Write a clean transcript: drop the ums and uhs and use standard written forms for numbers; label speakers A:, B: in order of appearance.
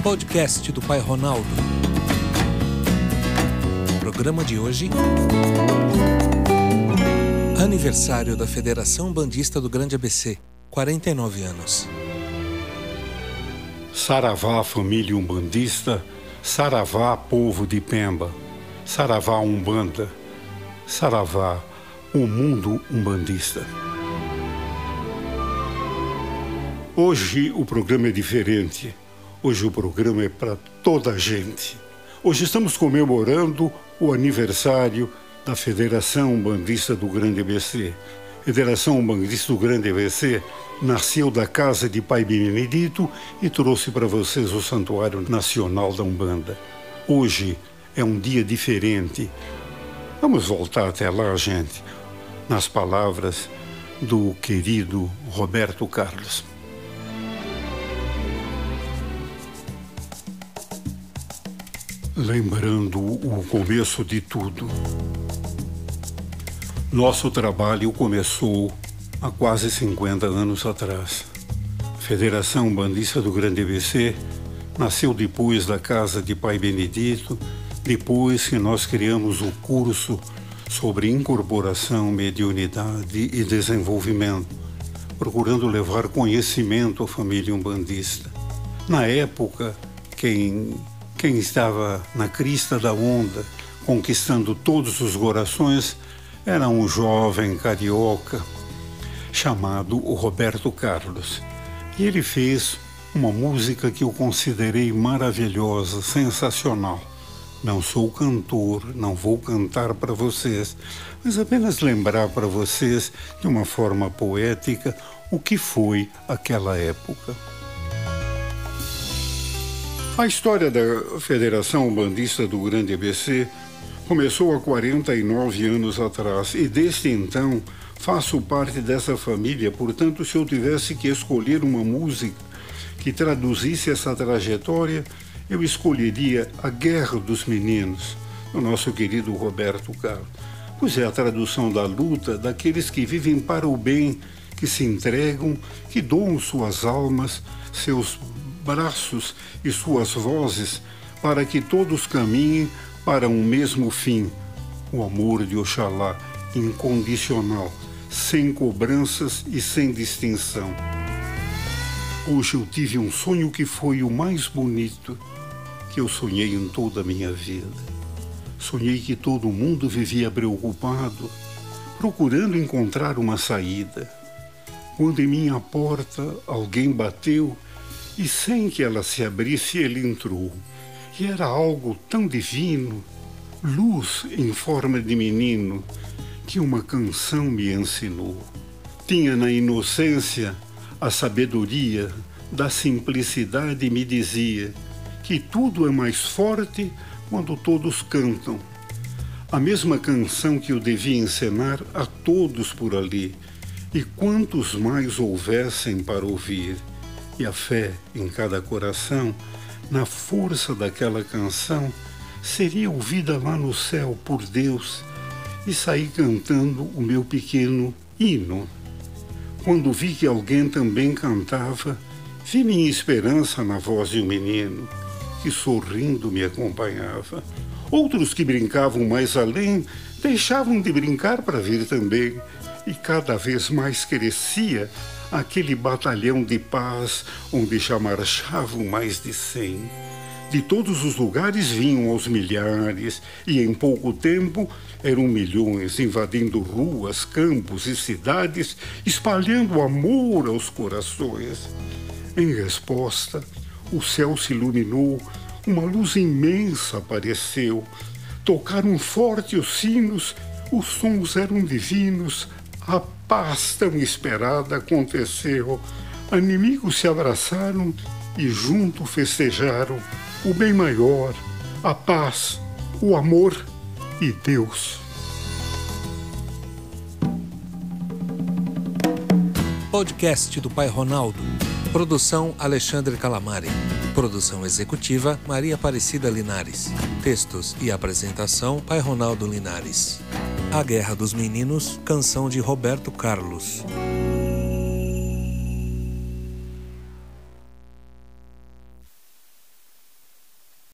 A: Podcast do Pai Ronaldo. Programa de hoje: aniversário da Federação Umbandista do Grande ABC, 49 anos.
B: Saravá, família umbandista, saravá, povo de Pemba, saravá, Umbanda, saravá, o mundo umbandista. Hoje o programa é diferente. Hoje o programa é para toda a gente. Hoje estamos comemorando o aniversário da Federação Umbandista do Grande ABC. Federação Umbandista do Grande ABC nasceu da casa de Pai Benedito e trouxe para vocês o Santuário Nacional da Umbanda. Hoje é um dia diferente. Vamos voltar até lá, gente, nas palavras do querido Roberto Carlos. Lembrando o começo de tudo. Nosso trabalho começou há quase 50 anos atrás. A Federação Umbandista do Grande ABC nasceu depois da casa de Pai Benedito, depois que nós criamos o curso sobre incorporação, mediunidade e desenvolvimento, procurando levar conhecimento à família umbandista. Na época, quem estava na crista da onda, conquistando todos os corações, era um jovem carioca chamado Roberto Carlos. E ele fez uma música que eu considerei maravilhosa, sensacional. Não sou cantor, não vou cantar para vocês, mas apenas lembrar para vocês, de uma forma poética, o que foi aquela época. A história da Federação Umbandista do Grande ABC começou há 49 anos atrás e desde então faço parte dessa família. Portanto, se eu tivesse que escolher uma música que traduzisse essa trajetória, eu escolheria A Guerra dos Meninos, do nosso querido Roberto Carlos. Pois é a tradução da luta daqueles que vivem para o bem, que se entregam, que doam suas almas, seus braços e suas vozes para que todos caminhem para um mesmo fim, o amor de Oxalá, incondicional, sem cobranças e sem distinção. Hoje eu tive um sonho que foi o mais bonito que eu sonhei em toda a minha vida. Sonhei que todo mundo vivia preocupado, procurando encontrar uma saída. Quando em minha porta alguém bateu, e sem que ela se abrisse, ele entrou. E era algo tão divino, luz em forma de menino, que uma canção me ensinou. Tinha na inocência a sabedoria da simplicidade e me dizia que tudo é mais forte quando todos cantam. A mesma canção que eu devia ensinar a todos por ali, e quantos mais houvessem para ouvir. E a fé em cada coração, na força daquela canção, seria ouvida lá no céu por Deus, e saí cantando o meu pequeno hino. Quando vi que alguém também cantava, vi minha esperança na voz de um menino, que sorrindo me acompanhava. Outros que brincavam mais além, deixavam de brincar para vir também, e cada vez mais crescia aquele batalhão de paz, onde já marchavam mais de 100. De todos os lugares vinham aos milhares, e em pouco tempo eram milhões, invadindo ruas, campos e cidades, espalhando amor aos corações. Em resposta, o céu se iluminou, uma luz imensa apareceu. Tocaram forte os sinos, os sons eram divinos, a paz tão esperada aconteceu. Inimigos se abraçaram e junto festejaram o bem maior, a paz, o amor e Deus.
A: Podcast do Pai Ronaldo. Produção Alexandre Calamari. Produção executiva Maria Aparecida Linares. Textos e apresentação Pai Ronaldo Linares. A Guerra dos Meninos, canção de Roberto Carlos.